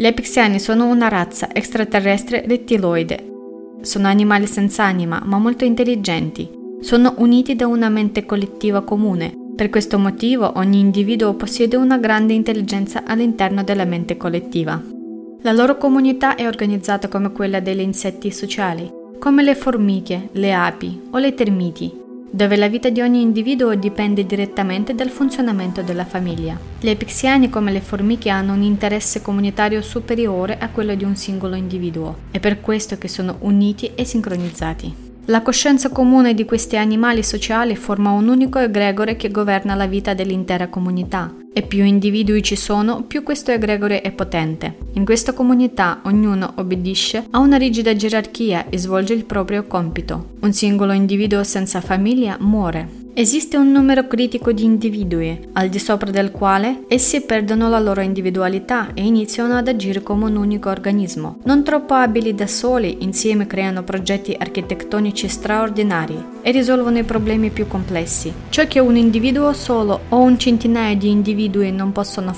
Gli Apixiani sono una razza extraterrestre rettiloide. Sono animali senza anima, ma molto intelligenti. Sono uniti da una mente collettiva comune. Per questo motivo ogni individuo possiede una grande intelligenza all'interno della mente collettiva. La loro comunità è organizzata come quella degli insetti sociali, come le formiche, le api o le termiti, dove la vita di ogni individuo dipende direttamente dal funzionamento della famiglia. Gli Apixiani, come le formiche, hanno un interesse comunitario superiore a quello di un singolo individuo. È per questo che sono uniti e sincronizzati. La coscienza comune di questi animali sociali forma un unico egregore che governa la vita dell'intera comunità. E più individui ci sono, più questo egregore è potente. In questa comunità ognuno obbedisce a una rigida gerarchia e svolge il proprio compito. Un singolo individuo senza famiglia muore. Esiste un numero critico di individui, al di sopra del quale essi perdono la loro individualità e iniziano ad agire come un unico organismo. Non troppo abili da soli, insieme creano progetti architettonici straordinari e risolvono i problemi più complessi. Ciò che un individuo solo o un centinaio di individui non possono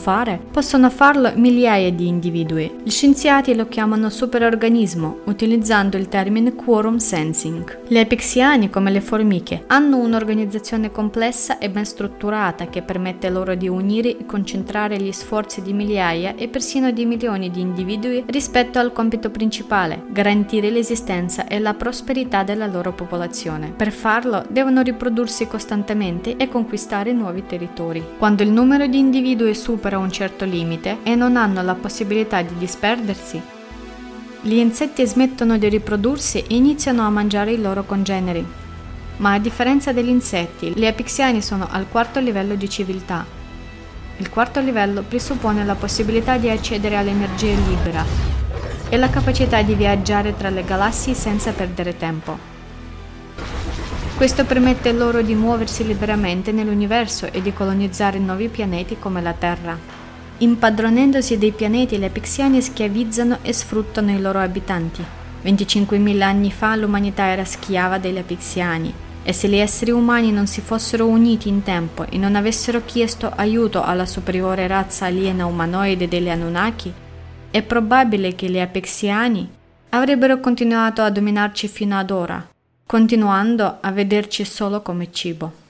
farlo migliaia di individui. Gli scienziati lo chiamano superorganismo, utilizzando il termine quorum sensing. Gli Apixiani, come le formiche, hanno un'organizzazione complessa e ben strutturata che permette loro di unire e concentrare gli sforzi di migliaia e persino di milioni di individui rispetto al compito principale, garantire l'esistenza e la prosperità della loro popolazione. Per farlo devono riprodursi costantemente e conquistare nuovi territori. Quando il numero di individui supera un certo limite e non hanno la possibilità di disperdersi, gli insetti smettono di riprodursi e iniziano a mangiare i loro congeneri. Ma a differenza degli insetti, gli Apixiani sono al quarto livello di civiltà. Il quarto livello presuppone la possibilità di accedere all'energia libera e la capacità di viaggiare tra le galassie senza perdere tempo. Questo permette loro di muoversi liberamente nell'universo e di colonizzare nuovi pianeti come la Terra. Impadronendosi dei pianeti, gli Apixiani schiavizzano e sfruttano i loro abitanti. 25.000 anni fa l'umanità era schiava degli Apixiani e se gli esseri umani non si fossero uniti in tempo e non avessero chiesto aiuto alla superiore razza aliena umanoide degli Anunnaki, è probabile che gli Apixiani avrebbero continuato a dominarci fino ad ora, continuando a vederci solo come cibo.